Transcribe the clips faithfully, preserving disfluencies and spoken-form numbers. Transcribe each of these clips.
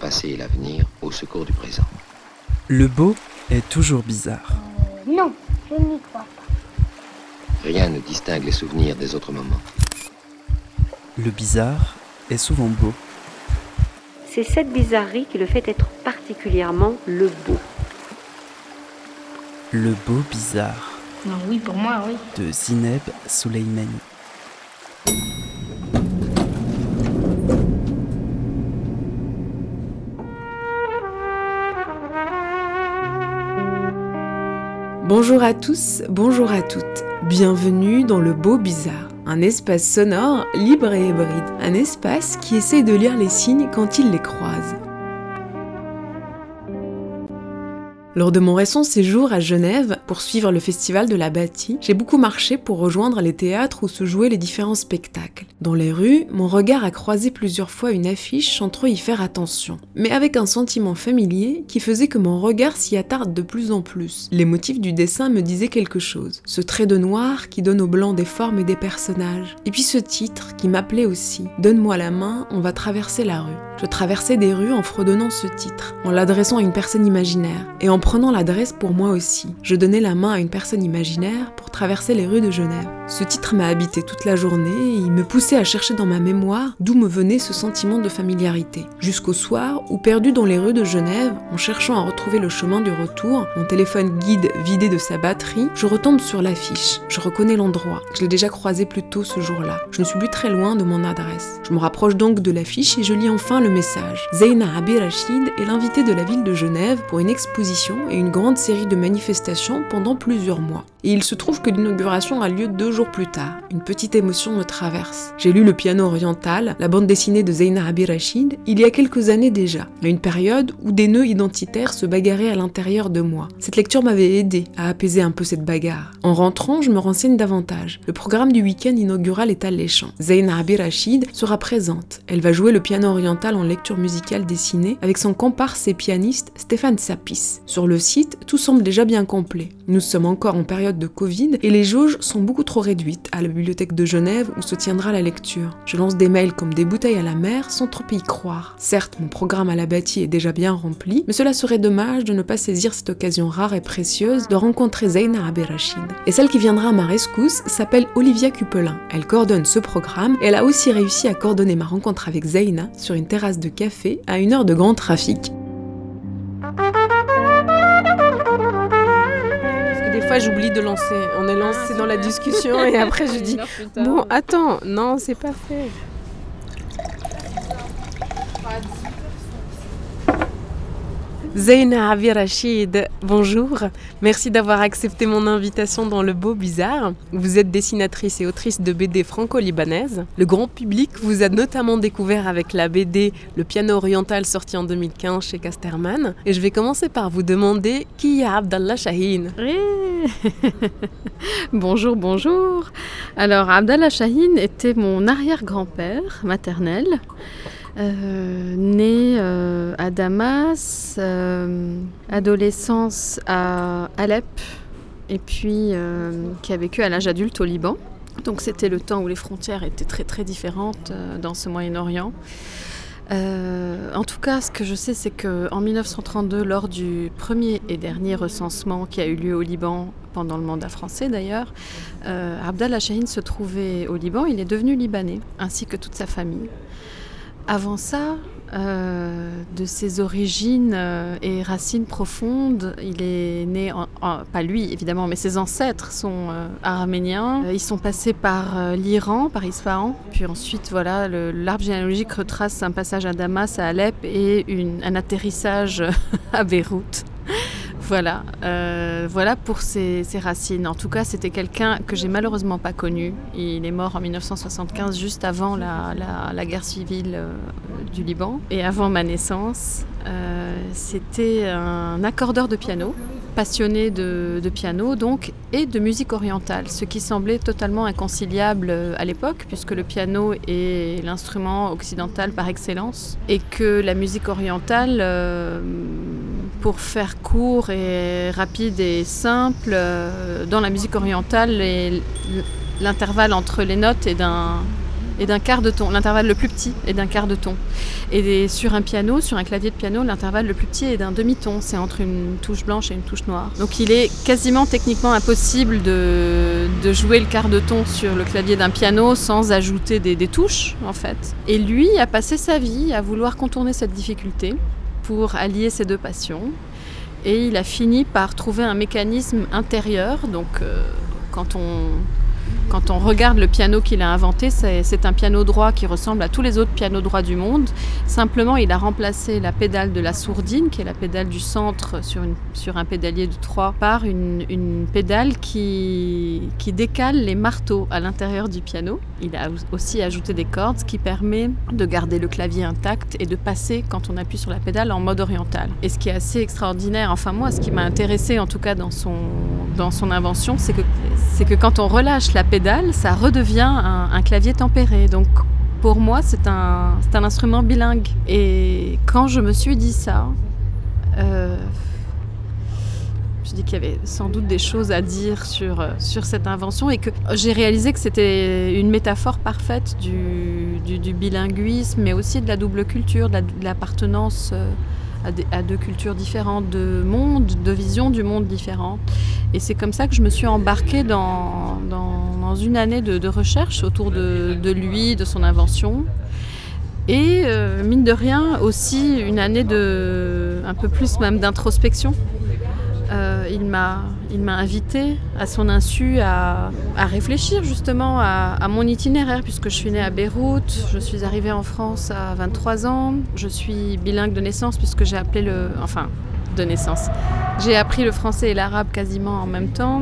passé et l'avenir au secours du présent. Le beau est toujours bizarre. Euh, non, je n'y crois pas. Rien ne distingue les souvenirs des autres moments. Le bizarre est souvent beau. C'est cette bizarrerie qui le fait être particulièrement le beau. Le beau bizarre. Non, oui, pour moi, oui. De Zineb Souleimani. Bonjour à tous, bonjour à toutes. Bienvenue dans le beau bizarre, un espace sonore libre et hybride, un espace qui essaie de lire les signes quand il les croise. Lors de mon récent séjour à Genève, pour suivre le festival de la Bâtie, j'ai beaucoup marché pour rejoindre les théâtres où se jouaient les différents spectacles. Dans les rues, mon regard a croisé plusieurs fois une affiche sans trop y faire attention, mais avec un sentiment familier qui faisait que mon regard s'y attarde de plus en plus. Les motifs du dessin me disaient quelque chose, ce trait de noir qui donne au blanc des formes et des personnages. Et puis ce titre qui m'appelait aussi, « Donne-moi la main, on va traverser la rue ». Je traversais des rues en fredonnant ce titre, en l'adressant à une personne imaginaire, et en prenant l'adresse pour moi aussi. Je donnais la main à une personne imaginaire pour traverser les rues de Genève. Ce titre m'a habité toute la journée et il me poussait à chercher dans ma mémoire d'où me venait ce sentiment de familiarité. Jusqu'au soir où, perdu dans les rues de Genève, en cherchant à retrouver le chemin du retour, mon téléphone guide vidé de sa batterie, je retombe sur l'affiche. Je reconnais l'endroit. Je l'ai déjà croisé plus tôt ce jour-là. Je ne suis plus très loin de mon adresse. Je me rapproche donc de l'affiche et je lis enfin le message. Zeyna Abirachid est l'invitée de la ville de Genève pour une exposition et une grande série de manifestations pendant plusieurs mois. Et il se trouve que l'inauguration a lieu deux jours plus tard. Une petite émotion me traverse. J'ai lu Le piano oriental, la bande dessinée de Zeyna Abirachid, il y a quelques années déjà, à une période où des nœuds identitaires se bagarraient à l'intérieur de moi. Cette lecture m'avait aidé à apaiser un peu cette bagarre. En rentrant, je me renseigne davantage. Le programme du week-end inaugural est alléchant. Zeyna Abirachid sera présente. Elle va jouer le piano oriental en lecture musicale dessinée avec son comparse et pianiste Stéphane Sapis. Sur le site, tout semble déjà bien complet. Nous sommes encore en période de Covid et les jauges sont beaucoup trop réduites à la bibliothèque de Genève où se tiendra la lecture. Je lance des mails comme des bouteilles à la mer sans trop y croire. Certes, mon programme à la Bâtie est déjà bien rempli, mais cela serait dommage de ne pas saisir cette occasion rare et précieuse de rencontrer Zeyna Abirachid. Et celle qui viendra à ma rescousse s'appelle Olivia Cupelin. Elle coordonne ce programme et elle a aussi réussi à coordonner ma rencontre avec Zeyna sur une terrasse de café à une heure de grand trafic. Des fois, j'oublie de lancer. On est lancé dans la discussion et après, je dis « Bon, attends, non, c'est pas fait. » Zeyna Abirachid, bonjour. Merci d'avoir accepté mon invitation dans Le Beau Bizarre. Vous êtes dessinatrice et autrice de B D franco-libanaise. Le grand public vous a notamment découvert avec la B D Le piano oriental sorti en deux mille quinze chez Casterman. Et je vais commencer par vous demander qui est Abdallah Chahine. Oui. Bonjour, bonjour. Alors, Abdallah Chahine était mon arrière-grand-père maternel. Euh, né euh, à Damas, euh, adolescence à Alep, et puis euh, qui a vécu à l'âge adulte au Liban. Donc c'était le temps où les frontières étaient très très différentes euh, dans ce Moyen-Orient. Euh, en tout cas, ce que je sais, c'est qu'en dix-neuf cent trente-deux, lors du premier et dernier recensement qui a eu lieu au Liban, pendant le mandat français d'ailleurs, euh, Abdallah Chahine se trouvait au Liban. Il est devenu libanais, ainsi que toute sa famille. Avant ça, euh, de ses origines euh, et racines profondes, il est né, en, en, pas lui évidemment, mais ses ancêtres sont euh, arméniens. Ils sont passés par euh, l'Iran, par Isfahan, puis ensuite voilà, le, l'arbre généalogique retrace un passage à Damas, à Alep et une, un atterrissage à Beyrouth. Voilà, euh, voilà pour ses, ses racines. En tout cas, c'était quelqu'un que j'ai malheureusement pas connu. Il est mort en dix-neuf cent soixante-quinze, juste avant la, la, la guerre civile euh, du Liban et avant ma naissance. Euh, c'était un accordeur de piano, passionné de, de piano donc, et de musique orientale, ce qui semblait totalement inconciliable à l'époque, puisque le piano est l'instrument occidental par excellence, et que la musique orientale, euh, pour faire court et rapide et simple, euh, dans la musique orientale, les, l'intervalle entre les notes est d'un, et d'un quart de ton. L'intervalle le plus petit est d'un quart de ton. Et des, sur un piano, sur un clavier de piano, l'intervalle le plus petit est d'un demi-ton. C'est entre une touche blanche et une touche noire. Donc il est quasiment techniquement impossible de, de jouer le quart de ton sur le clavier d'un piano sans ajouter des, des touches, en fait. Et lui a passé sa vie à vouloir contourner cette difficulté pour allier ces deux passions. Et il a fini par trouver un mécanisme intérieur. Donc euh, quand on... Quand on regarde le piano qu'il a inventé, c'est, c'est un piano droit qui ressemble à tous les autres pianos droits du monde. Simplement, il a remplacé la pédale de la sourdine, qui est la pédale du centre sur, une, sur un pédalier de trois, par une, une pédale qui, qui décale les marteaux à l'intérieur du piano. Il a aussi ajouté des cordes, ce qui permet de garder le clavier intact et de passer, quand on appuie sur la pédale, en mode oriental. Et ce qui est assez extraordinaire, enfin moi, ce qui m'a intéressé en tout cas dans son, dans son invention, c'est que, c'est que quand on relâche la pédale, ça redevient un, un clavier tempéré. Donc pour moi, c'est un, c'est un instrument bilingue. Et quand je me suis dit ça, euh, je dis qu'il y avait sans doute des choses à dire sur, sur cette invention et que j'ai réalisé que c'était une métaphore parfaite du, du, du bilinguisme, mais aussi de la double culture, de, la, de l'appartenance à, des, à deux cultures différentes, de mondes, de visions du monde différentes. Et c'est comme ça que je me suis embarquée dans, dans, dans une année de, de recherche autour de, de lui, de son invention. Et euh, mine de rien, aussi une année de, un peu plus même d'introspection. Euh, il m'a, il m'a invitée à son insu à, à réfléchir justement à, à mon itinéraire, puisque je suis née à Beyrouth, je suis arrivée en France à vingt-trois ans, je suis bilingue de naissance puisque j'ai appelé le... Enfin, de naissance. J'ai appris le français et l'arabe quasiment en même temps.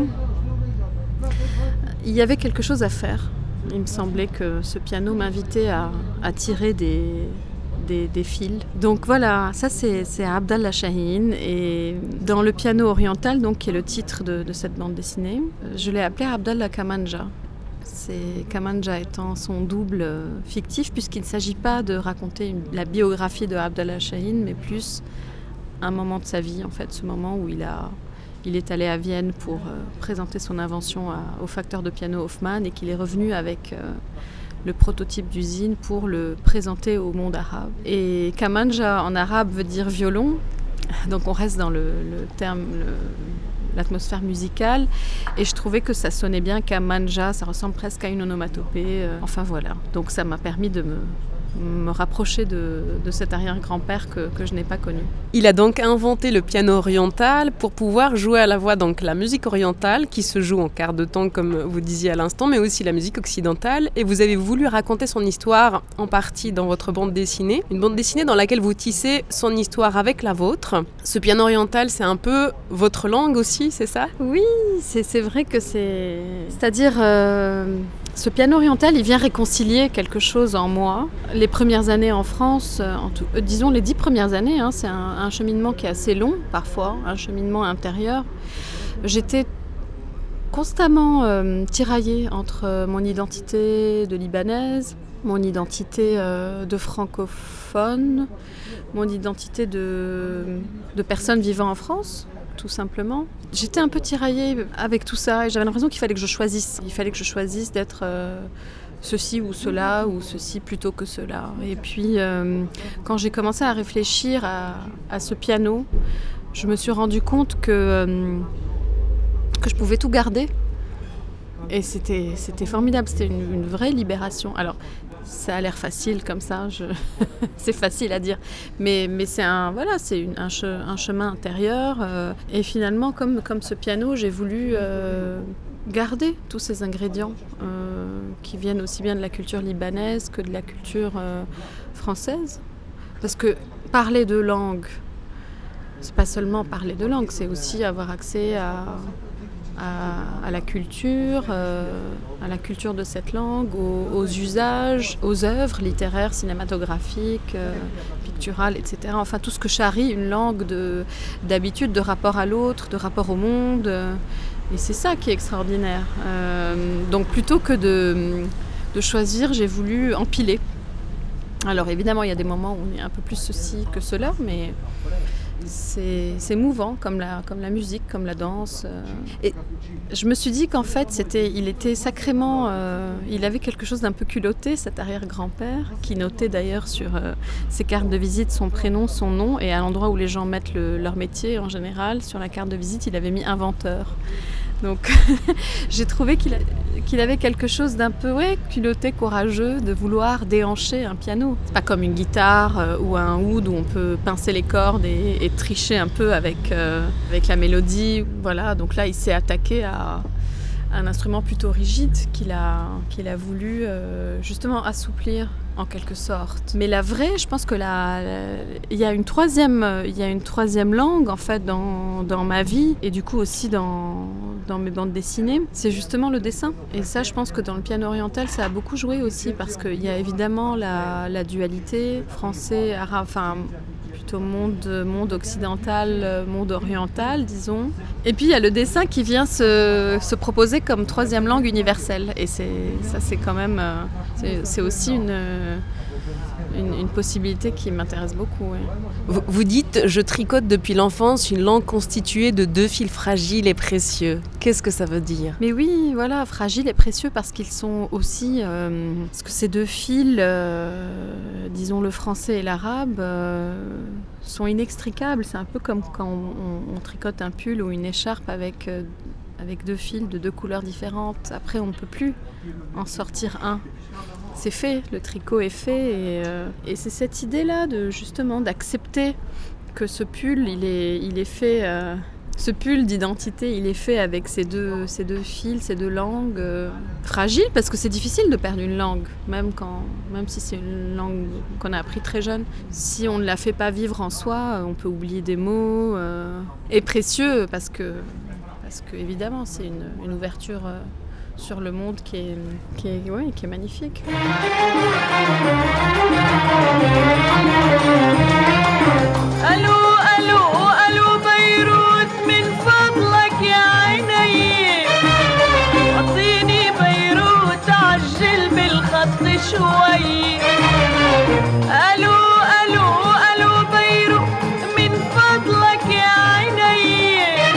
Il y avait quelque chose à faire. Il me semblait que ce piano m'invitait à, à tirer des... Des, des fils. Donc voilà, ça c'est, c'est Abdallah Shaheen. Et dans le piano oriental, donc, qui est le titre de, de cette bande dessinée, je l'ai appelé Abdallah Kamanja. C'est Kamanja étant son double fictif, puisqu'il ne s'agit pas de raconter une, la biographie de Abdallah Shaheen, mais plus un moment de sa vie, en fait, ce moment où il, a, il est allé à Vienne pour euh, présenter son invention à, au facteur de piano Hofmann et qu'il est revenu avec... Euh, le prototype d'usine pour le présenter au monde arabe. Et Kamanja en arabe veut dire violon, donc on reste dans le, le terme, le, l'atmosphère musicale, et je trouvais que ça sonnait bien Kamanja, ça ressemble presque à une onomatopée, euh, enfin voilà. Donc ça m'a permis de me, me rapprocher de, de cet arrière-grand-père que, que je n'ai pas connu. Il a donc inventé le piano oriental pour pouvoir jouer à la voix donc la musique orientale qui se joue en quart de temps comme vous disiez à l'instant, mais aussi la musique occidentale, et vous avez voulu raconter son histoire en partie dans votre bande dessinée, une bande dessinée dans laquelle vous tissez son histoire avec la vôtre. Ce piano oriental, c'est un peu votre langue aussi, c'est ça ? Oui, c'est, c'est vrai que c'est... C'est-à-dire... Euh... Ce piano oriental, il vient réconcilier quelque chose en moi. Les premières années en France, en tout, euh, disons les dix premières années, hein, c'est un, un cheminement qui est assez long parfois, un cheminement intérieur. J'étais constamment euh, tiraillée entre euh, mon identité de libanaise, mon identité euh, de francophone, mon identité de, de personne vivant en France, tout simplement. J'étais un peu tiraillée avec tout ça et j'avais l'impression qu'il fallait que je choisisse. Il fallait que je choisisse d'être euh, ceci ou cela, ou ceci plutôt que cela. Et puis, euh, quand j'ai commencé à réfléchir à, à ce piano, je me suis rendu compte que, euh, que je pouvais tout garder. Et c'était, c'était formidable, c'était une, une vraie libération. Alors, ça a l'air facile comme ça, je... c'est facile à dire, mais, mais c'est, un, voilà, c'est une, un, che, un chemin intérieur. Euh, et finalement, comme, comme ce piano, j'ai voulu euh, garder tous ces ingrédients euh, qui viennent aussi bien de la culture libanaise que de la culture euh, française. Parce que parler de langue, c'est pas seulement parler de langue, c'est aussi avoir accès à... À, à la culture, euh, à la culture de cette langue, aux, aux usages, aux œuvres littéraires, cinématographiques, euh, picturales, et cetera. Enfin, tout ce que charrie une langue de, d'habitude, de rapport à l'autre, de rapport au monde. Euh, et c'est ça qui est extraordinaire. Euh, donc, plutôt que de, de choisir, j'ai voulu empiler. Alors, évidemment, il y a des moments où on est un peu plus ceci que cela, mais... c'est, c'est mouvant comme la, comme la musique, comme la danse. Euh. Et je me suis dit qu'en fait, c'était, il était sacrément... Euh, il avait quelque chose d'un peu culotté, cet arrière-grand-père, qui notait d'ailleurs sur euh, ses cartes de visite son prénom, son nom, et à l'endroit où les gens mettent le, leur métier en général, sur la carte de visite, il avait mis inventeur. Donc j'ai trouvé qu'il, a, qu'il avait quelque chose d'un peu ouais, culotté, courageux, de vouloir déhancher un piano. C'est pas comme une guitare euh, ou un oud où on peut pincer les cordes et, et tricher un peu avec, euh, avec la mélodie. Voilà, donc là il s'est attaqué à un instrument plutôt rigide qu'il a, qu'il a voulu euh, justement assouplir en quelque sorte. Mais la vraie, je pense que la, la, il y a une troisième, il y a une troisième langue en fait dans, dans ma vie et du coup aussi dans, dans mes bandes dessinées, c'est justement le dessin. Et ça, je pense que dans le piano oriental, ça a beaucoup joué aussi parce qu'il y a évidemment la, la dualité français, arabe, enfin plutôt monde, monde occidental, monde oriental, disons. Et puis il y a le dessin qui vient se, se proposer comme troisième langue universelle. Et c'est, ça, c'est quand même, c'est, c'est aussi une Une, une possibilité qui m'intéresse beaucoup. Ouais. Vous, vous dites « Je tricote depuis l'enfance une langue constituée de deux fils fragiles et précieux ». Qu'est-ce que ça veut dire ? Mais oui, voilà, fragiles et précieux parce qu'ils sont aussi... Euh, parce que ces deux fils, euh, disons le français et l'arabe, euh, sont inextricables. C'est un peu comme quand on, on, on tricote un pull ou une écharpe avec... Euh, avec deux fils de deux couleurs différentes. Après, on ne peut plus en sortir un. C'est fait, le tricot est fait. Et, euh, et c'est cette idée-là, de, justement, d'accepter que ce pull, il est, il est fait... Euh, ce pull d'identité, il est fait avec ces deux, ces deux fils, ces deux langues euh, fragiles, parce que c'est difficile de perdre une langue, même, quand, même si c'est une langue qu'on a appris très jeune. Si on ne la fait pas vivre en soi, on peut oublier des mots. Euh, et précieux, parce que... Parce que évidemment, c'est une, une ouverture euh, sur le monde qui est, qui est, ouais, qui est magnifique. Allô, allô, allô, Beyrouth, min fadlak ya عيني أعطيني بيروت عجل بالخط شوي. Allô, allô, allô, Beyrouth, min fadlak ya عيني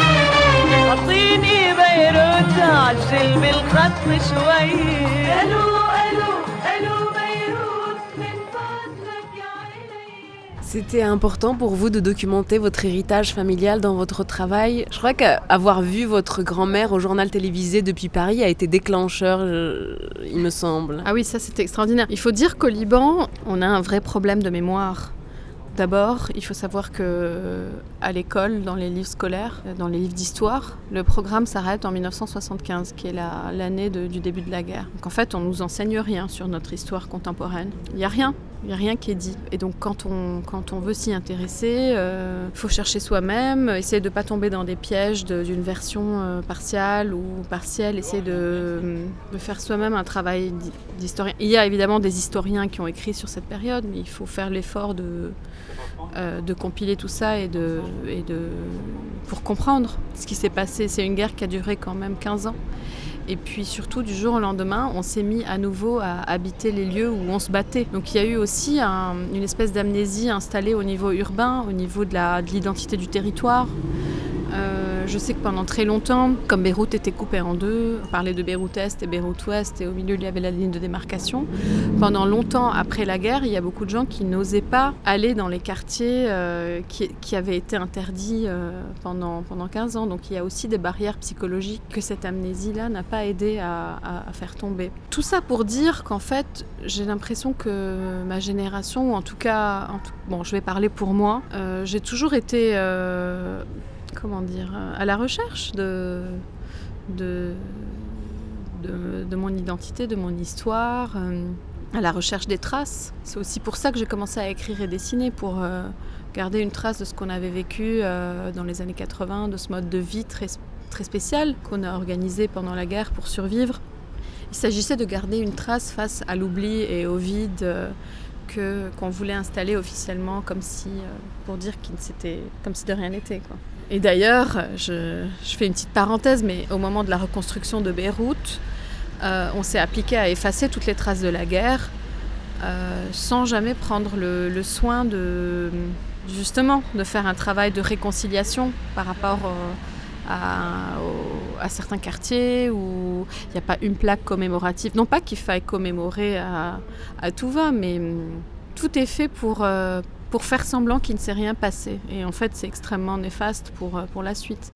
أعطيني بيروت عجل بالخط شوي. ألو ألو ألو بيروت من فضلك يا عيني. C'était important pour vous de documenter votre héritage familial dans votre travail. Je crois qu'avoir vu votre grand-mère au journal télévisé depuis Paris a été déclencheur, je... il me semble. Ah oui, ça c'était extraordinaire. Il faut dire qu'au Liban, on a un vrai problème de mémoire. D'abord, il faut savoir qu'à l'école, dans les livres scolaires, dans les livres d'histoire, le programme s'arrête en dix-neuf cent soixante-quinze, qui est la, l'année de, du début de la guerre. Donc en fait, on ne nous enseigne rien sur notre histoire contemporaine. Il n'y a rien. Il n'y a rien qui est dit. Et donc quand on, quand on veut s'y intéresser, il euh, faut chercher soi-même, essayer de ne pas tomber dans des pièges de, d'une version euh, partiale ou partielle, essayer de, de faire soi-même un travail d'historien. Il y a évidemment des historiens qui ont écrit sur cette période, mais il faut faire l'effort de, euh, de compiler tout ça et de, et de, pour comprendre ce qui s'est passé. C'est une guerre qui a duré quand même quinze ans. Et puis surtout, du jour au lendemain, on s'est mis à nouveau à habiter les lieux où on se battait. Donc il y a eu aussi un, une espèce d'amnésie installée au niveau urbain, au niveau de, la, de l'identité du territoire. Euh, je sais que pendant très longtemps, comme Beyrouth était coupée en deux, on parlait de Beyrouth Est et Beyrouth Ouest, et au milieu il y avait la ligne de démarcation. Pendant longtemps, après la guerre, il y a beaucoup de gens qui n'osaient pas aller dans les quartiers euh, qui, qui avaient été interdits euh, pendant, pendant quinze ans. Donc il y a aussi des barrières psychologiques que cette amnésie-là n'a pas aidé à, à, à faire tomber. Tout ça pour dire qu'en fait, j'ai l'impression que ma génération, ou en tout cas, en tout, bon, je vais parler pour moi, euh, j'ai toujours été... Euh, comment dire, à la recherche de, de, de, de mon identité, de mon histoire, euh, à la recherche des traces. C'est aussi pour ça que j'ai commencé à écrire et dessiner, pour euh, garder une trace de ce qu'on avait vécu euh, dans les années quatre-vingts, de ce mode de vie très, très spécial qu'on a organisé pendant la guerre pour survivre. Il s'agissait de garder une trace face à l'oubli et au vide euh, que, qu'on voulait installer officiellement, comme si, euh, pour dire qu'il c'était, comme si de rien n'était, quoi. Et d'ailleurs, je, je fais une petite parenthèse, mais au moment de la reconstruction de Beyrouth, euh, on s'est appliqué à effacer toutes les traces de la guerre euh, sans jamais prendre le, le soin de, justement de faire un travail de réconciliation par rapport euh, à, au, à certains quartiers où il n'y a pas une plaque commémorative. Non pas qu'il faille commémorer à, à tout va, mais tout est fait pour, euh, pour faire semblant qu'il ne s'est rien passé. Et en fait, c'est extrêmement néfaste pour, pour la suite.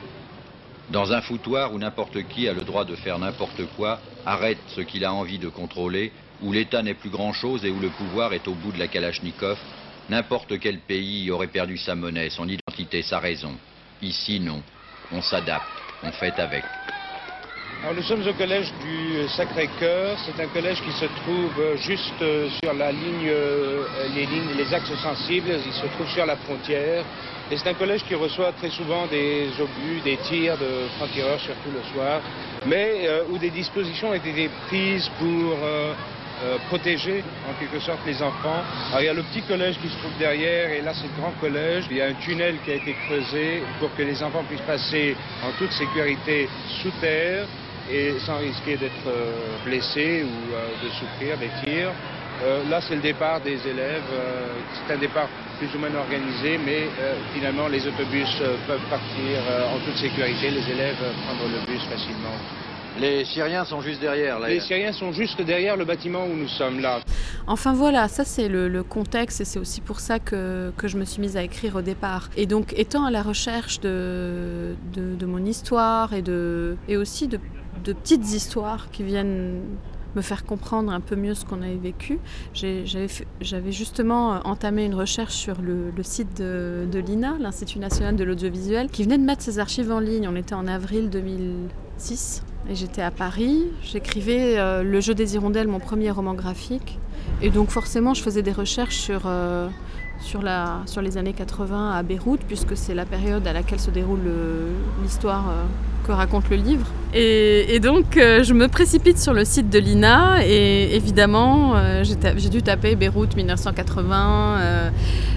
Dans un foutoir où n'importe qui a le droit de faire n'importe quoi, arrête ce qu'il a envie de contrôler, où l'État n'est plus grand-chose et où le pouvoir est au bout de la Kalachnikov, n'importe quel pays y aurait perdu sa monnaie, son identité, sa raison. Ici, non. On s'adapte, on fait avec. Alors, nous sommes au collège du Sacré-Cœur. C'est un collège qui se trouve juste sur la ligne, les lignes, les axes sensibles. Il se trouve sur la frontière. Et c'est un collège qui reçoit très souvent des obus, des tirs de francs-tireurs, surtout le soir, mais euh, où des dispositions ont été prises pour euh, euh, protéger en quelque sorte les enfants. Alors il y a le petit collège qui se trouve derrière, et là c'est le grand collège. Il y a un tunnel qui a été creusé pour que les enfants puissent passer en toute sécurité sous terre et sans risquer d'être euh, blessés ou euh, de souffrir des tirs. Euh, là, c'est le départ des élèves. Euh, c'est un départ plus ou moins organisé, mais euh, finalement, les autobus euh, peuvent partir euh, en toute sécurité. Les élèves euh, prendre le bus facilement. Les Syriens sont juste derrière, là. Les Syriens sont juste derrière le bâtiment où nous sommes, là. Enfin voilà, ça c'est le, le contexte et c'est aussi pour ça que, que je me suis mise à écrire au départ. Et donc, étant à la recherche de, de, de mon histoire et, de, et aussi de, de petites histoires qui viennent me faire comprendre un peu mieux ce qu'on avait vécu. J'ai, j'avais, fait, j'avais justement entamé une recherche sur le, le site de, de l'I N A, l'Institut National de l'Audiovisuel, qui venait de mettre ses archives en ligne. On était en avril deux mille six et j'étais à Paris. J'écrivais euh, Le jeu des hirondelles, mon premier roman graphique. Et donc forcément, je faisais des recherches sur, euh, sur, la, sur les années quatre-vingts à Beyrouth, puisque c'est la période à laquelle se déroule le, l'histoire euh, que raconte le livre. Et, et donc, euh, je me précipite sur le site de l'I N A et évidemment, euh, j'ai, ta- j'ai dû taper Beyrouth dix-neuf cent quatre-vingts, euh,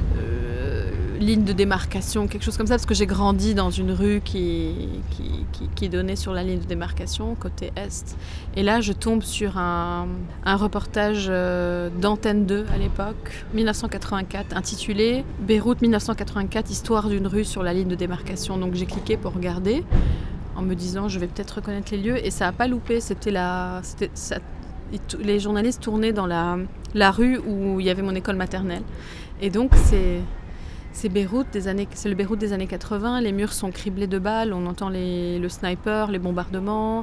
euh, ligne de démarcation, quelque chose comme ça, parce que j'ai grandi dans une rue qui, qui, qui, qui donnait sur la ligne de démarcation, côté Est. Et là, je tombe sur un, un reportage euh, d'Antenne deux à l'époque, dix-neuf cent quatre-vingt-quatre, intitulé « Beyrouth dix-neuf cent quatre-vingt-quatre, histoire d'une rue sur la ligne de démarcation ». Donc j'ai cliqué pour regarder, en me disant je vais peut-être reconnaître les lieux, et ça n'a pas loupé. C'était la, c'était, ça, les journalistes tournaient dans la, la rue où il y avait mon école maternelle. Et donc c'est, c'est, Beyrouth des années, c'est le Beyrouth des années quatre-vingts, les murs sont criblés de balles, on entend les, le sniper, les bombardements.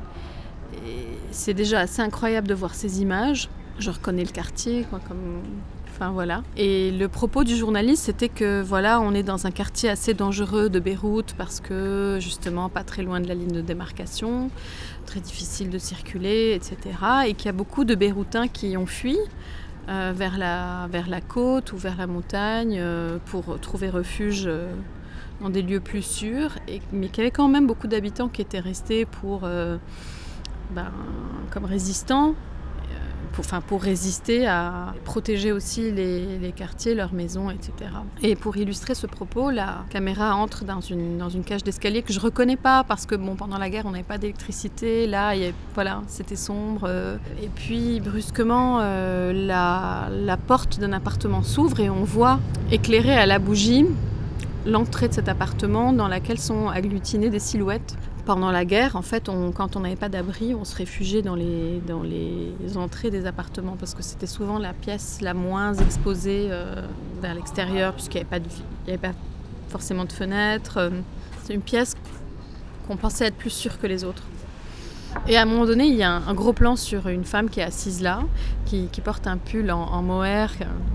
Et c'est déjà assez incroyable de voir ces images. Je reconnais le quartier, quoi, comme... Enfin voilà. Et le propos du journaliste, c'était que voilà, on est dans un quartier assez dangereux de Beyrouth parce que justement pas très loin de la ligne de démarcation, très difficile de circuler, et cetera. Et qu'il y a beaucoup de Beyrouthins qui ont fui euh, vers la vers la côte ou vers la montagne euh, pour trouver refuge euh, dans des lieux plus sûrs. Et, mais qu'il y avait quand même beaucoup d'habitants qui étaient restés pour euh, ben, comme résistants. Pour, enfin, pour résister à protéger aussi les, les quartiers, leurs maisons, et cetera. Et pour illustrer ce propos, la caméra entre dans une, dans une cage d'escalier que je ne reconnais pas parce que bon, pendant la guerre, on n'avait pas d'électricité. Là, il y a, voilà, c'était sombre. Euh, et puis, brusquement, euh, la, la porte d'un appartement s'ouvre et on voit éclairée à la bougie l'entrée de cet appartement dans laquelle sont agglutinées des silhouettes. Pendant la guerre, en fait, on, quand on n'avait pas d'abri, on se réfugiait dans les, dans les entrées des appartements parce que c'était souvent la pièce la moins exposée euh, vers l'extérieur puisqu'il n'y avait, avait pas forcément de fenêtres. C'est une pièce qu'on pensait être plus sûre que les autres. Et à un moment donné, il y a un, un gros plan sur une femme qui est assise là, qui, qui porte un pull en, en mohair,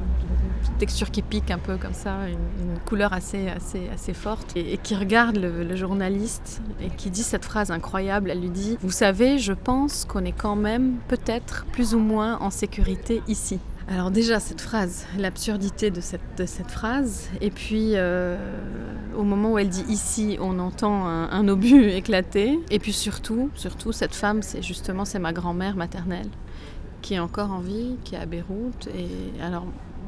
une texture qui pique un peu comme ça, une, une couleur assez, assez, assez forte, et, et qui regarde le, le journaliste et qui dit cette phrase incroyable. Elle lui dit « Vous savez, je pense qu'on est quand même peut-être plus ou moins en sécurité ici ». Alors déjà, cette phrase, l'absurdité de cette, de cette phrase, et puis euh, au moment où elle dit « ici », on entend un, un obus éclater, et puis surtout, surtout cette femme, c'est justement c'est ma grand-mère maternelle, qui est encore en vie, qui est à Beyrouth, et alors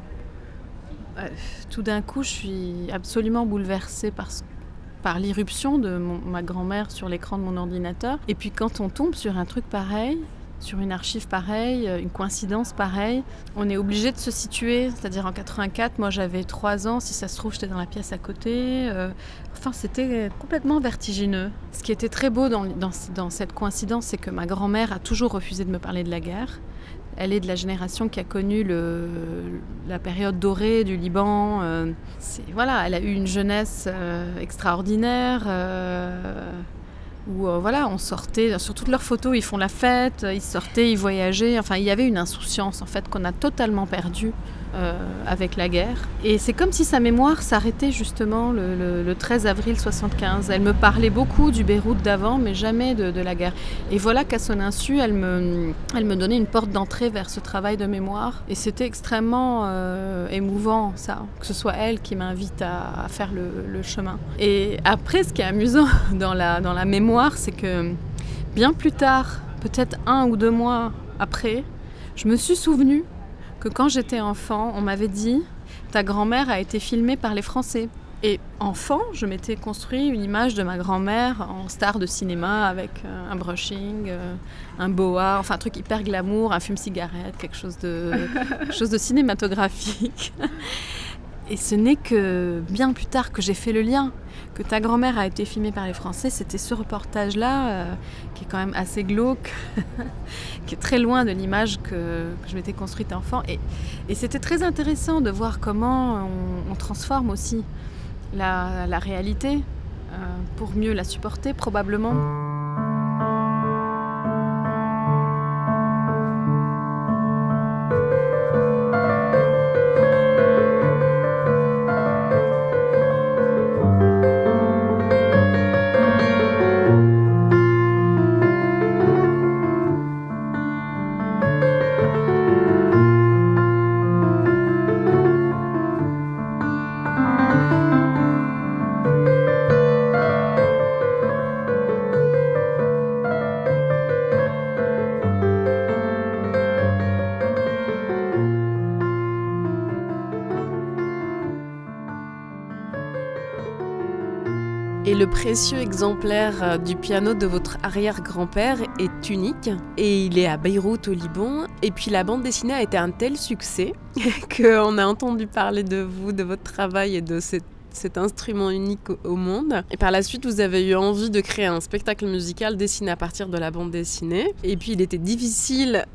euh, tout d'un coup, je suis absolument bouleversée par, par l'irruption de mon, ma grand-mère sur l'écran de mon ordinateur, et puis quand on tombe sur un truc pareil, sur une archive pareille, une coïncidence pareille. On est obligé de se situer, c'est-à-dire en quatre-vingt-quatre, moi j'avais trois ans, si ça se trouve j'étais dans la pièce à côté. Euh, enfin, c'était complètement vertigineux. Ce qui était très beau dans, dans, dans cette coïncidence, c'est que ma grand-mère a toujours refusé de me parler de la guerre. Elle est de la génération qui a connu le, la période dorée du Liban. Euh, c'est, voilà, elle a eu une jeunesse euh, extraordinaire. Euh, où euh, voilà, on sortait, sur toutes leurs photos, ils font la fête, ils sortaient, ils voyageaient. Enfin, il y avait une insouciance en fait qu'on a totalement perdue euh, avec la guerre. Et c'est comme si sa mémoire s'arrêtait justement le, le, le treize avril soixante-quinze. Elle me parlait beaucoup du Beyrouth d'avant, mais jamais de, de la guerre. Et voilà qu'à son insu, elle me, elle me donnait une porte d'entrée vers ce travail de mémoire. Et c'était extrêmement euh, émouvant, ça, que ce soit elle qui m'invite à, à faire le, le chemin. Et après, ce qui est amusant dans la, dans la mémoire, c'est que bien plus tard, peut-être un ou deux mois après, je me suis souvenue que quand j'étais enfant, on m'avait dit « ta grand-mère a été filmée par les Français ». Et enfant, je m'étais construit une image de ma grand-mère en star de cinéma avec un brushing, un boa, enfin un truc hyper glamour, un fume-cigarette, quelque chose de, quelque chose de cinématographique. Et ce n'est que bien plus tard que j'ai fait le lien, que ta grand-mère a été filmée par les Français. C'était ce reportage-là, euh, qui est quand même assez glauque, qui est très loin de l'image que, que je m'étais construite enfant. Et, et c'était très intéressant de voir comment on, on transforme aussi la, la réalité euh, pour mieux la supporter, probablement. Et le précieux exemplaire du piano de votre arrière-grand-père est unique et il est à Beyrouth au Liban. Et puis la bande dessinée a été un tel succès qu'on a entendu parler de vous, de votre travail et de cette cet instrument unique au monde. Et par la suite, vous avez eu envie de créer un spectacle musical dessiné à partir de la bande dessinée. Et puis, il était difficile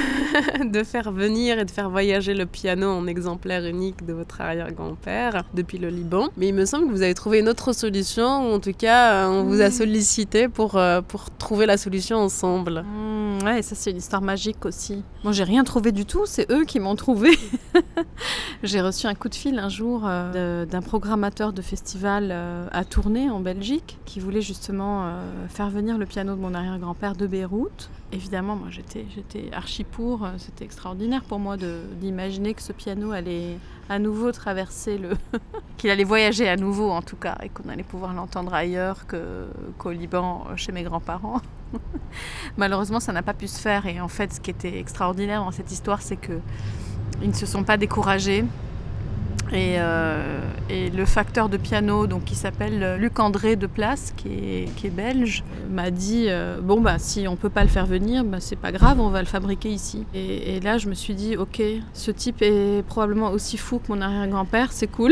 de faire venir et de faire voyager le piano en exemplaire unique de votre arrière-grand-père depuis le Liban. Mais il me semble que vous avez trouvé une autre solution, ou en tout cas, on vous a sollicité pour, pour trouver la solution ensemble. Mmh, ouais, ça c'est une histoire magique aussi. Moi, j'ai rien trouvé du tout, c'est eux qui m'ont trouvé. J'ai reçu un coup de fil un jour euh, d'un programmateur de festival euh, à Tournai en Belgique qui voulait justement euh, faire venir le piano de mon arrière-grand-père de Beyrouth. Évidemment, moi j'étais, j'étais archi pour, c'était extraordinaire pour moi de, d'imaginer que ce piano allait à nouveau traverser le... qu'il allait voyager à nouveau en tout cas et qu'on allait pouvoir l'entendre ailleurs que, qu'au Liban chez mes grands-parents. Malheureusement, ça n'a pas pu se faire et en fait, ce qui était extraordinaire dans cette histoire, c'est que ils ne se sont pas découragés. Et, euh, et le facteur de piano, donc, qui s'appelle Luc André de Place, qui est, qui est belge, m'a dit euh, bon bah si on peut pas le faire venir, bah, c'est pas grave, on va le fabriquer ici. Et, et là je me suis dit ok, ce type est probablement aussi fou que mon arrière-grand-père, c'est cool.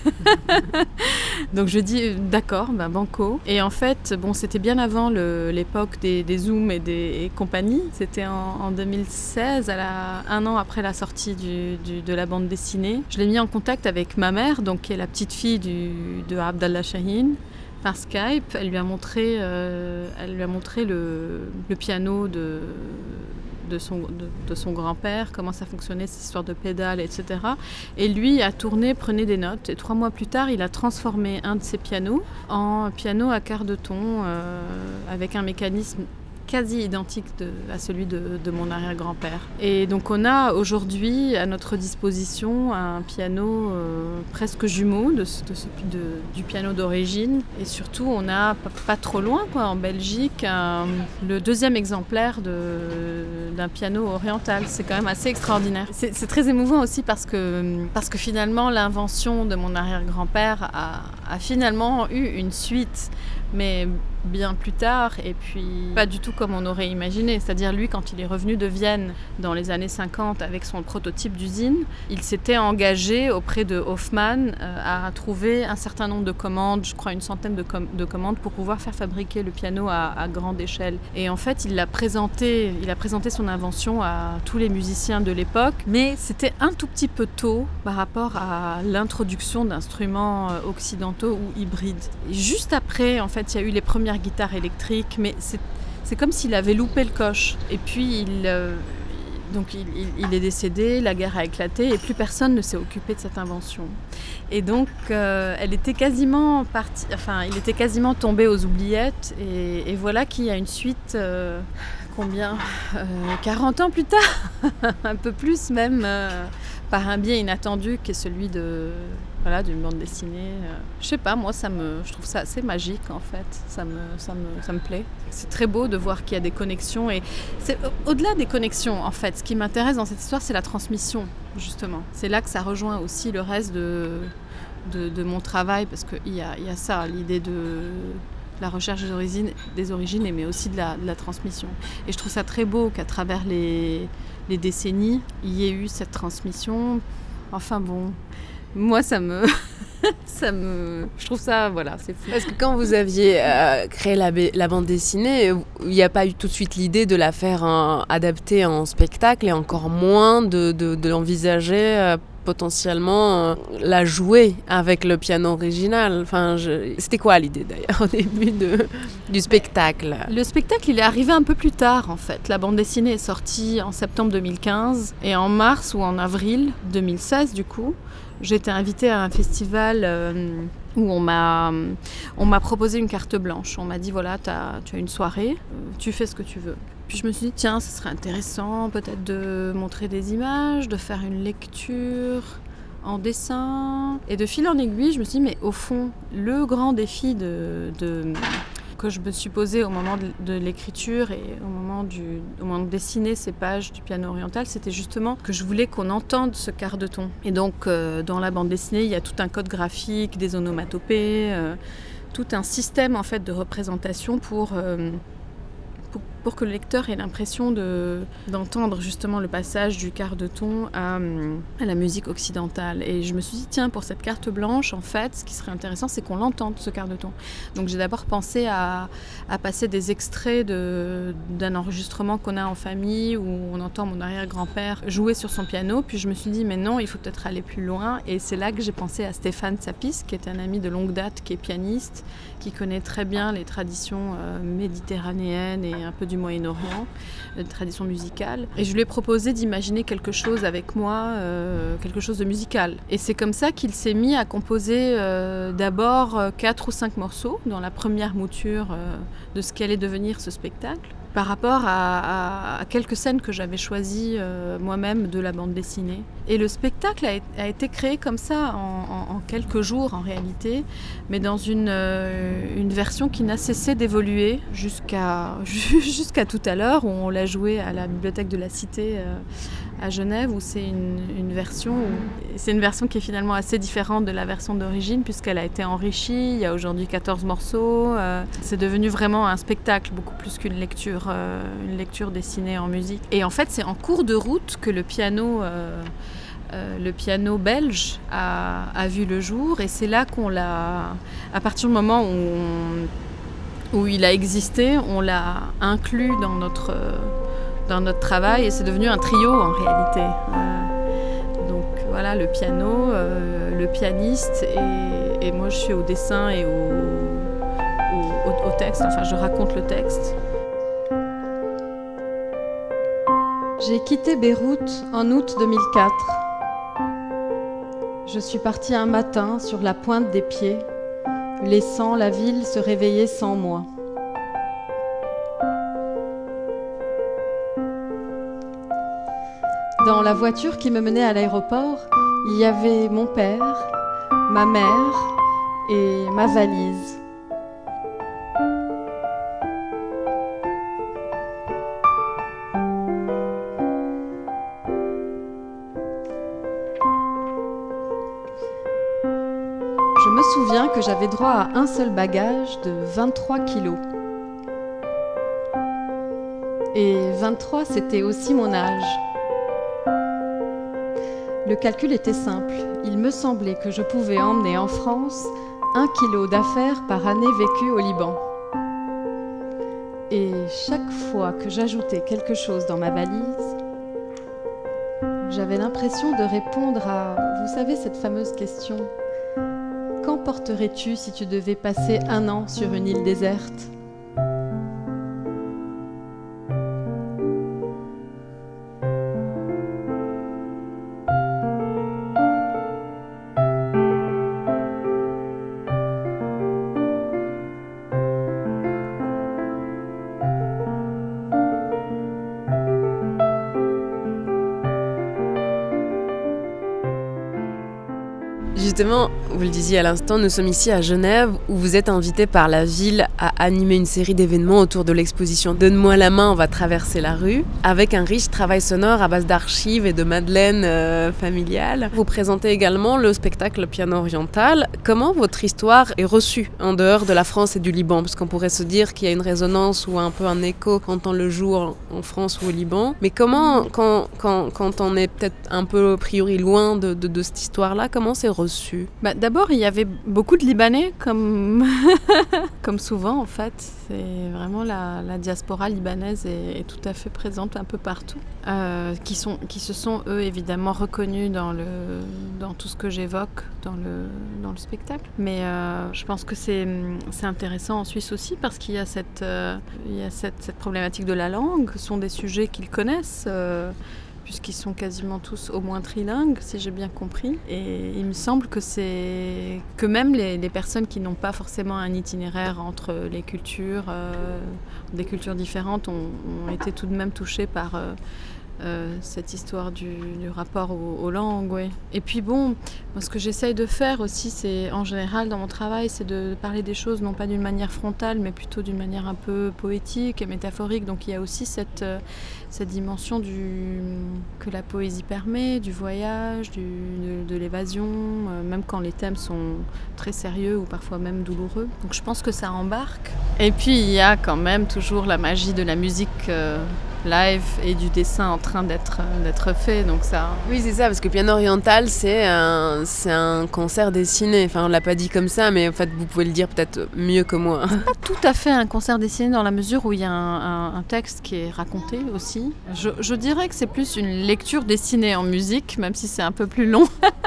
Donc je dis d'accord, bah, banco. Et en fait bon c'était bien avant le, l'époque des, des Zooms et des et compagnie. C'était en, en deux mille seize, à la, un an après la sortie du, du, de la bande dessinée. Je l'ai mis en contact avec ma mère, donc, qui est la petite fille du, de Abdallah Shahin, par Skype. Elle lui a montré, euh, elle lui a montré le, le piano de, de, son, de, de son grand-père, comment ça fonctionnait, cette histoire de pédales, et cetera. Et lui a tourné, prenait des notes. Et trois mois plus tard, il a transformé un de ses pianos en piano à quart de ton, euh, avec un mécanisme quasi identique de, à celui de, de mon arrière-grand-père. Et donc on a aujourd'hui à notre disposition un piano euh, presque jumeau de, de ce, de, du piano d'origine. Et surtout on a pas, pas trop loin quoi, en Belgique un, le deuxième exemplaire de, d'un piano oriental. C'est quand même assez extraordinaire. C'est, c'est très émouvant aussi parce que, parce que finalement l'invention de mon arrière-grand-père a, a finalement eu une suite, mais bien plus tard et puis pas du tout comme on aurait imaginé. C'est-à-dire lui, quand il est revenu de Vienne dans les années cinquante avec son prototype d'usine, il s'était engagé auprès de Hofmann euh, à trouver un certain nombre de commandes, je crois une centaine de, com- de commandes pour pouvoir faire fabriquer le piano à, à grande échelle. Et en fait, il l'a présenté, il a présenté son invention à tous les musiciens de l'époque, mais c'était un tout petit peu tôt par rapport à l'introduction d'instruments occidentaux ou hybrides. Et juste après, en fait, il y a eu les premières guitares électriques, mais c'est, c'est comme s'il avait loupé le coche. Et puis, il, euh, donc il, il, il est décédé, la guerre a éclaté, et plus personne ne s'est occupé de cette invention. Et donc, euh, elle était quasiment partie, enfin, il était quasiment tombé aux oubliettes, et, et voilà qu'il y a une suite... Euh, combien euh, quarante ans plus tard, un peu plus même, euh, par un biais inattendu qui est celui de, voilà, d'une bande dessinée. Euh, je sais pas, moi, ça me, je trouve ça assez magique en fait, ça me, ça me, ça me plaît. C'est très beau de voir qu'il y a des connexions et c'est, au-delà des connexions en fait, ce qui m'intéresse dans cette histoire, c'est la transmission justement. C'est là que ça rejoint aussi le reste de, de, de mon travail parce qu'il y a, y a ça, l'idée de... la recherche des origines, des origines mais aussi de la, de la transmission. Et je trouve ça très beau qu'à travers les, les décennies, il y ait eu cette transmission. Enfin bon, moi ça me... ça me... Je trouve ça, voilà, c'est fou. Parce que quand vous aviez euh, créé la, la bande dessinée, il n'y a pas eu tout de suite l'idée de la faire en, adapter en spectacle et encore moins de, de, de l'envisager euh, potentiellement euh, la jouer avec le piano original. Enfin, je... C'était quoi l'idée d'ailleurs au début de, du spectacle ? Le spectacle, il est arrivé un peu plus tard en fait. La bande dessinée est sortie en septembre deux mille quinze et en mars ou en avril deux mille seize du coup, j'ai été invitée à un festival euh, où on m'a, on m'a proposé une carte blanche. On m'a dit voilà, t'as, tu as une soirée, euh, tu fais ce que tu veux. Puis je me suis dit, tiens, ce serait intéressant peut-être de montrer des images, de faire une lecture en dessin. Et de fil en aiguille, je me suis dit, mais au fond, le grand défi de, de, que je me suis posé au moment de, de l'écriture et au moment, du, au moment de dessiner ces pages du piano oriental, c'était justement que je voulais qu'on entende ce quart de ton. Et donc, euh, dans la bande dessinée, il y a tout un code graphique, des onomatopées, euh, tout un système en fait, de représentation pour... Euh, Pour, pour que le lecteur ait l'impression de, d'entendre justement le passage du quart de ton à, à la musique occidentale. Et je me suis dit, tiens, pour cette carte blanche, en fait, ce qui serait intéressant, c'est qu'on l'entende, ce quart de ton. Donc j'ai d'abord pensé à, à passer des extraits de, d'un enregistrement qu'on a en famille, où on entend mon arrière-grand-père jouer sur son piano. Puis je me suis dit, mais non, il faut peut-être aller plus loin. Et c'est là que j'ai pensé à Stéphane Sapis, qui est un ami de longue date, qui est pianiste, qui connaît très bien les traditions euh, méditerranéennes et un peu du Moyen-Orient, une tradition musicale. Et je lui ai proposé d'imaginer quelque chose avec moi, euh, quelque chose de musical. Et c'est comme ça qu'il s'est mis à composer euh, d'abord quatre ou cinq morceaux dans la première mouture euh, de ce qu'allait devenir ce spectacle, par rapport à, à, à quelques scènes que j'avais choisies euh, moi-même de la bande dessinée. Et le spectacle a, a été créé comme ça en, en, en quelques jours en réalité, mais dans une, euh, une version qui n'a cessé d'évoluer jusqu'à, jusqu'à tout à l'heure, où on l'a joué à la Bibliothèque de la Cité euh, à Genève, où c'est une, une version où, c'est une version qui est finalement assez différente de la version d'origine, puisqu'elle a été enrichie. Il y a aujourd'hui quatorze morceaux. Euh, c'est devenu vraiment un spectacle, beaucoup plus qu'une lecture. Euh, une lecture dessinée en musique. Et en fait, c'est en cours de route que le piano, euh, euh, le piano belge a, a vu le jour. Et c'est là qu'on l'a... À partir du moment où, on, où il a existé, on l'a inclus dans notre, dans notre travail. Et c'est devenu un trio, en réalité. Euh, donc voilà, le piano, euh, le pianiste, et, et moi, je suis au dessin et au, au, au, au texte. Enfin, je raconte le texte. J'ai quitté Beyrouth en août deux mille quatre. Je suis partie un matin sur la pointe des pieds, laissant la ville se réveiller sans moi. Dans la voiture qui me menait à l'aéroport, il y avait mon père, ma mère et ma valise. Je me souviens que j'avais droit à un seul bagage de vingt-trois kilos. Et vingt-trois, c'était aussi mon âge. Le calcul était simple. Il me semblait que je pouvais emmener en France un kilo d'affaires par année vécue au Liban. Et chaque fois que j'ajoutais quelque chose dans ma valise, j'avais l'impression de répondre à, vous savez, cette fameuse question. Qu'emporterais-tu si tu devais passer un an sur une île déserte ? Justement, vous le disiez à l'instant, nous sommes ici à Genève où vous êtes invité par la ville à animer une série d'événements autour de l'exposition Donne-moi la main, on va traverser la rue, avec un riche travail sonore à base d'archives et de madeleines euh, familiales. Vous présentez également le spectacle Piano oriental. Comment votre histoire est reçue en dehors de la France et du Liban ? Parce qu'on pourrait se dire qu'il y a une résonance ou un peu un écho quand on le joue en France ou au Liban. Mais comment, quand, quand, quand on est peut-être un peu a priori loin de, de, de cette histoire-là, comment c'est reçu ? Bah, d'abord, il y avait beaucoup de Libanais, comme, comme souvent en fait. C'est vraiment la, la diaspora libanaise est, est tout à fait présente un peu partout, euh, qui, sont, qui se sont eux évidemment reconnus dans, le, dans tout ce que j'évoque dans le, dans le spectacle. Mais euh, je pense que c'est, c'est intéressant en Suisse aussi parce qu'il y a cette, euh, il y a cette, cette problématique de la langue. Ce sont des sujets qu'ils connaissent. Euh, puisqu'ils sont quasiment tous au moins trilingues, si j'ai bien compris. Et il me semble que, c'est... que même les, les personnes qui n'ont pas forcément un itinéraire entre les cultures, euh, des cultures différentes, ont, ont été tout de même touchées par euh, euh, cette histoire du, du rapport aux, aux langues. Ouais. Et puis bon, moi, ce que j'essaye de faire aussi, c'est en général dans mon travail, c'est de parler des choses non pas d'une manière frontale, mais plutôt d'une manière un peu poétique et métaphorique. Donc il y a aussi cette... Euh, cette dimension du, que la poésie permet, du voyage, du, de, de l'évasion, euh, même quand les thèmes sont très sérieux ou parfois même douloureux. Donc je pense que ça embarque. Et puis il y a quand même toujours la magie de la musique euh, live et du dessin en train d'être, d'être fait. Donc ça... Oui, c'est ça, parce que Piano oriental, c'est un, c'est un concert dessiné. Enfin, on ne l'a pas dit comme ça, mais en fait, vous pouvez le dire peut-être mieux que moi. C'est pas tout à fait un concert dessiné dans la mesure où il y a un, un, un texte qui est raconté aussi. Je, je dirais que c'est plus une lecture dessinée en musique, même si c'est un peu plus long.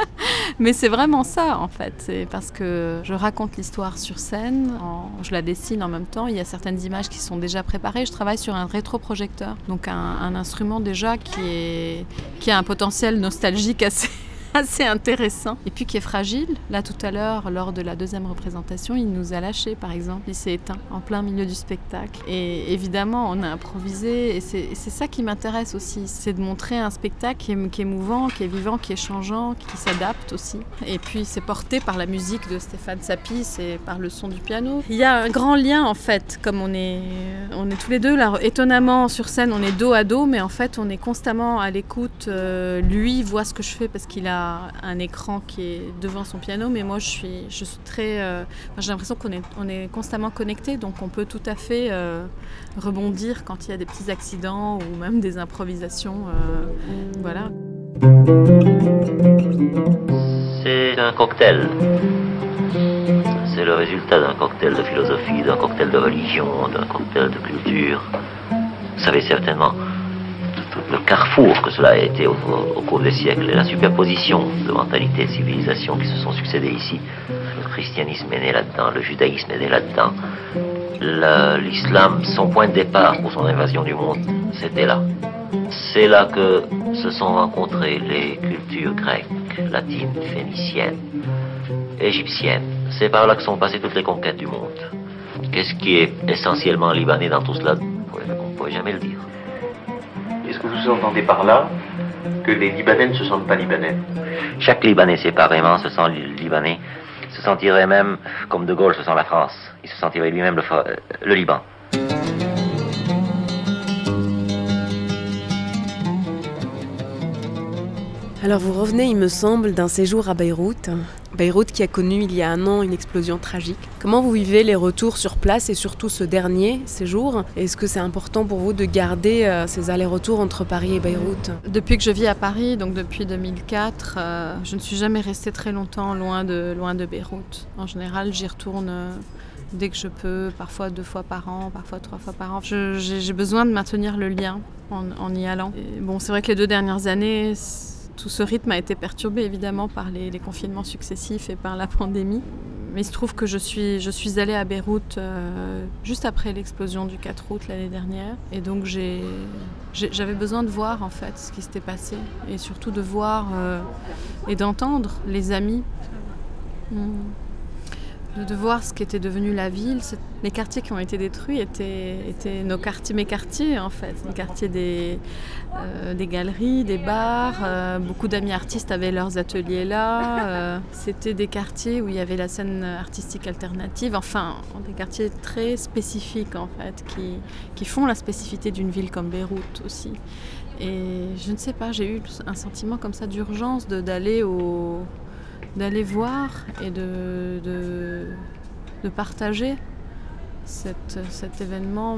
Mais c'est vraiment ça, en fait. C'est parce que je raconte l'histoire sur scène, en, je la dessine en même temps. Il y a certaines images qui sont déjà préparées. Je travaille sur un rétroprojecteur, donc un, un instrument déjà qui, est, qui a un potentiel nostalgique assez... assez intéressant et puis qui est fragile. Là tout à l'heure, lors de la deuxième représentation, il nous a lâchés par exemple, il s'est éteint en plein milieu du spectacle et évidemment on a improvisé et c'est, et c'est ça qui m'intéresse aussi, c'est de montrer un spectacle qui est, qui est mouvant, qui est vivant, qui est changeant, qui s'adapte aussi et puis c'est porté par la musique de Stéphane Sapis et par le son du piano. Il y a un grand lien en fait, comme on est, on est tous les deux là, étonnamment sur scène on est dos à dos mais en fait on est constamment à l'écoute, euh, lui voit ce que je fais parce qu'il a un écran qui est devant son piano, mais moi je suis, je suis très... Euh, j'ai l'impression qu'on est, on est constamment connectés, donc on peut tout à fait euh, rebondir quand il y a des petits accidents ou même des improvisations. Euh, voilà. C'est un cocktail. C'est le résultat d'un cocktail de philosophie, d'un cocktail de religion, d'un cocktail de culture. Vous savez certainement le carrefour que cela a été au, au cours des siècles et la superposition de mentalités et de civilisations qui se sont succédées ici. Le christianisme est né là-dedans, le judaïsme est né là-dedans. Le, l'islam, son point de départ pour son invasion du monde, c'était là. C'est là que se sont rencontrées les cultures grecques, latines, phéniciennes, égyptiennes. C'est par là que sont passées toutes les conquêtes du monde. Qu'est-ce qui est essentiellement libanais dans tout cela? On ne pourrait jamais le dire. Est-ce que vous entendez par là que les Libanais ne se sentent pas Libanais? Chaque Libanais séparément se sent Libanais, se sentirait même comme De Gaulle se sent la France. Il se sentirait lui-même le, le Liban. Alors vous revenez, il me semble, d'un séjour à Beyrouth. Beyrouth qui a connu il y a un an une explosion tragique. Comment vous vivez les retours sur place et surtout ce dernier séjour ? Est-ce que c'est important pour vous de garder euh, ces allers-retours entre Paris et Beyrouth ? Depuis que je vis à Paris, donc depuis deux mille quatre, euh, je ne suis jamais restée très longtemps loin de, loin de Beyrouth. En général, j'y retourne euh, dès que je peux, parfois deux fois par an, parfois trois fois par an. Je, j'ai, j'ai besoin de maintenir le lien en, en y allant. Et bon, c'est vrai que les deux dernières années, tout ce rythme a été perturbé évidemment par les, les confinements successifs et par la pandémie. Mais il se trouve que je suis, je suis allée à Beyrouth euh, juste après l'explosion du quatre août l'année dernière. Et donc j'ai, j'ai, j'avais besoin de voir en fait ce qui s'était passé. Et surtout de voir euh, et d'entendre les amis. Mmh. De, de voir ce qu'était devenu la ville. C'est, les quartiers qui ont été détruits étaient, étaient nos quartiers, mes quartiers en fait. Les quartiers des, euh, des galeries, des bars. Euh, beaucoup d'amis artistes avaient leurs ateliers là. Euh, c'était des quartiers où il y avait la scène artistique alternative. Enfin, des quartiers très spécifiques en fait, qui, qui font la spécificité d'une ville comme Beyrouth aussi. Et je ne sais pas, j'ai eu un sentiment comme ça d'urgence de, d'aller au... d'aller voir et de, de, de partager cette, cet événement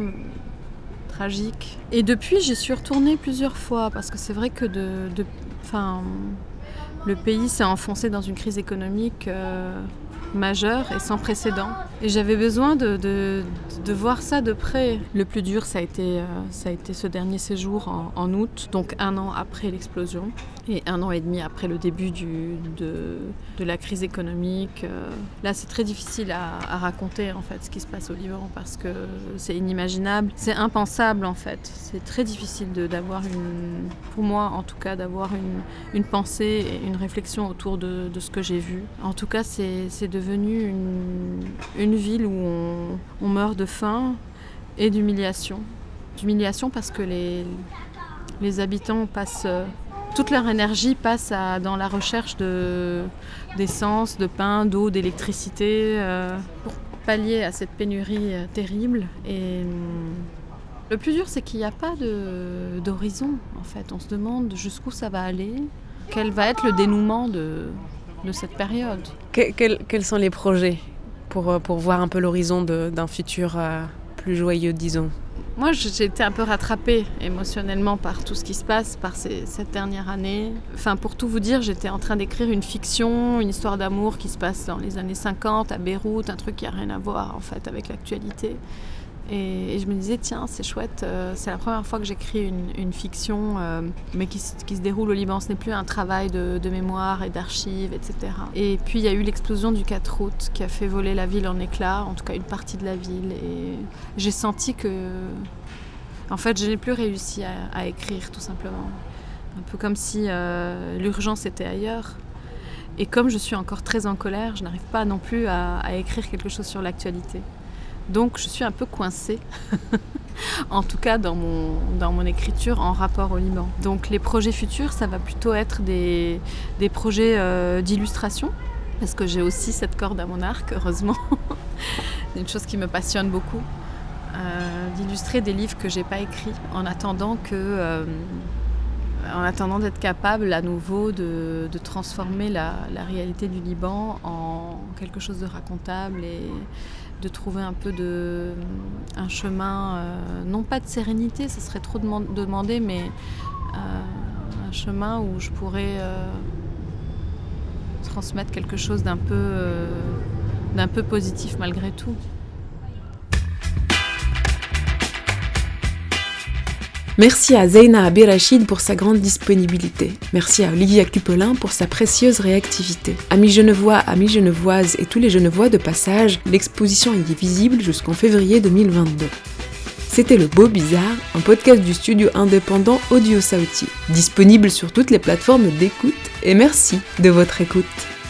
tragique. Et depuis, j'y suis retournée plusieurs fois parce que c'est vrai que de, de, enfin, le pays s'est enfoncé dans une crise économique euh, majeure et sans précédent. Et j'avais besoin de, de, de voir ça de près. Le plus dur, ça a été, euh, ça a été ce dernier séjour en, en août, donc un an après l'explosion. Et un an et demi après le début du, de, de la crise économique. Là, c'est très difficile à, à raconter en fait ce qui se passe au Liban parce que c'est inimaginable, c'est impensable en fait. C'est très difficile de, d'avoir une, pour moi en tout cas, d'avoir une, une pensée et une réflexion autour de, de ce que j'ai vu. En tout cas, c'est, c'est devenu une, une ville où on, on meurt de faim et d'humiliation. D'humiliation parce que les, les habitants passent... Toute leur énergie passe à, dans la recherche de, d'essence, de pain, d'eau, d'électricité, euh, pour pallier à cette pénurie euh, terrible. Et hum, le plus dur, c'est qu'il n'y a pas de, d'horizon, en fait. On se demande jusqu'où ça va aller, quel va être le dénouement de, de cette période. Que, quels, quels sont les projets pour, pour voir un peu l'horizon de, d'un futur euh, plus joyeux, disons ? Moi, j'ai été un peu rattrapée émotionnellement par tout ce qui se passe, par ces, cette dernière année. Enfin, pour tout vous dire, j'étais en train d'écrire une fiction, une histoire d'amour qui se passe dans les années cinquante à Beyrouth, un truc qui n'a rien à voir en fait avec l'actualité. Et, et je me disais, tiens, c'est chouette, euh, c'est la première fois que j'écris une, une fiction, euh, mais qui, qui se déroule au Liban. Ce n'est plus un travail de, de mémoire et d'archives, et cetera. Et puis, il y a eu l'explosion du quatre août qui a fait voler la ville en éclats, en tout cas une partie de la ville. Et j'ai senti que, en fait, je n'ai plus réussi à, à écrire, tout simplement. Un peu comme si euh, l'urgence était ailleurs. Et comme je suis encore très en colère, je n'arrive pas non plus à, à écrire quelque chose sur l'actualité. Donc je suis un peu coincée, en tout cas dans mon, dans mon écriture en rapport au Liban. Donc les projets futurs, ça va plutôt être des, des projets euh, d'illustration, parce que j'ai aussi cette corde à mon arc, heureusement. C'est une chose qui me passionne beaucoup, euh, d'illustrer des livres que je n'ai pas écrits, en attendant que... Euh, en attendant d'être capable à nouveau de, de transformer la, la réalité du Liban en quelque chose de racontable et de trouver un peu de, un chemin, euh, non pas de sérénité, ça serait trop de demander, mais euh, un chemin où je pourrais euh, transmettre quelque chose d'un peu, euh, d'un peu positif malgré tout. Merci à Zeyna Abirachid pour sa grande disponibilité. Merci à Olivia Cupelin pour sa précieuse réactivité. Amis genevois, amis genevoises et tous les genevois de passage, l'exposition est visible jusqu'en février deux mille vingt-deux. C'était Le Beau Bizarre, un podcast du studio indépendant Audio Sauti, disponible sur toutes les plateformes d'écoute, et merci de votre écoute.